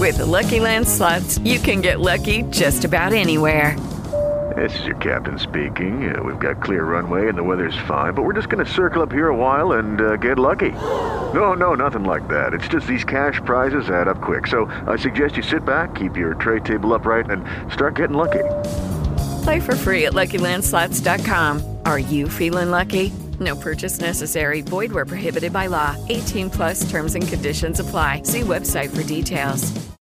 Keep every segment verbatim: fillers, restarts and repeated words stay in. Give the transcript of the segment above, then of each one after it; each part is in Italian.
With the Lucky Land Slots, you can get lucky just about anywhere. This is your captain speaking. Uh, we've got clear runway and the weather's fine, but we're just going to circle up here a while and uh, get lucky. No, no, nothing like that. It's just these cash prizes add up quick. So I suggest you sit back, keep your tray table upright, and start getting lucky. Play for free at Lucky Land Slots dot com. Are you feeling lucky? No purchase necessary. Void where prohibited by law. eighteen plus terms and conditions apply. See website for details.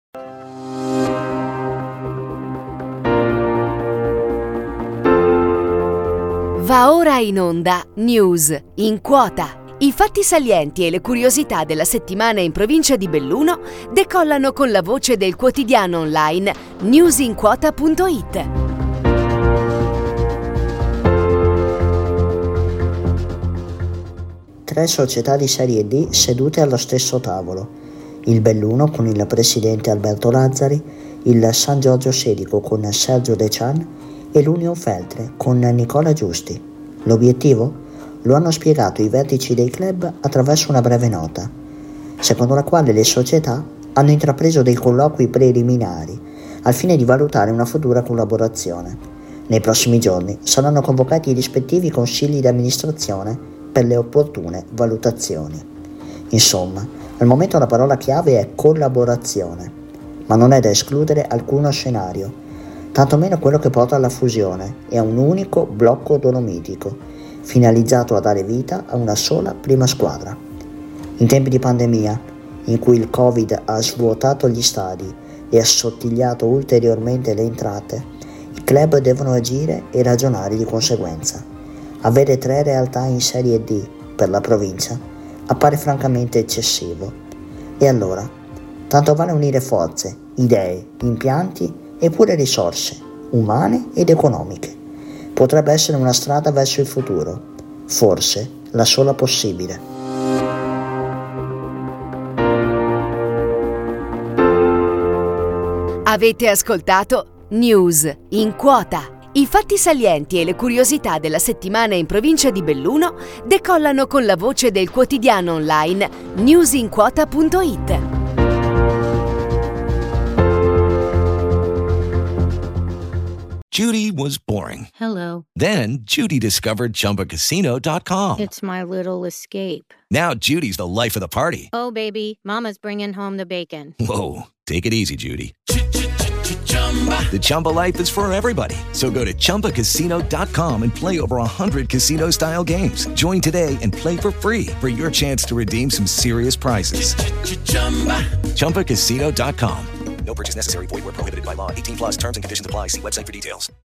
Va ora in onda News in quota. I fatti salienti e le curiosità della settimana in provincia di Belluno decollano con la voce del quotidiano online newsinquota punto it. Tre società di serie D sedute allo stesso tavolo. Il Belluno con il presidente Alberto Lazzari, il San Giorgio Sedico con Sergio De Cian e l'Union Feltre con Nicola Giusti. L'obiettivo? Lo hanno spiegato i vertici dei club attraverso una breve nota, secondo la quale le società hanno intrapreso dei colloqui preliminari al fine di valutare una futura collaborazione. Nei prossimi giorni saranno convocati i rispettivi consigli di amministrazione per le opportune valutazioni. Insomma, al momento la parola chiave è collaborazione, ma non è da escludere alcuno scenario, tantomeno quello che porta alla fusione e a un unico blocco dolomitico, finalizzato a dare vita a una sola prima squadra. In tempi di pandemia, in cui il Covid ha svuotato gli stadi e assottigliato ulteriormente le entrate, i club devono agire e ragionare di conseguenza. Avere tre realtà in Serie D per la provincia appare francamente eccessivo. E allora, tanto vale unire forze, idee, impianti e pure risorse, umane ed economiche. Potrebbe essere una strada verso il futuro, forse la sola possibile. Avete ascoltato News in quota. I fatti salienti e le curiosità della settimana in provincia di Belluno decollano con la voce del quotidiano online newsinquota punto it. Judy was boring. Hello. Then Judy discovered Chumba Casino dot com. It's my little escape. Now Judy's the life of the party. Oh, baby, mama's bringing home the bacon. Whoa, take it easy, Judy. The Chumba life is for everybody. So go to Chumba Casino dot com and play over one hundred casino-style games. Join today and play for free for your chance to redeem some serious prizes. Chumba Casino dot com. No purchase necessary. Void where prohibited by law. eighteen plus terms and conditions apply. See website for details.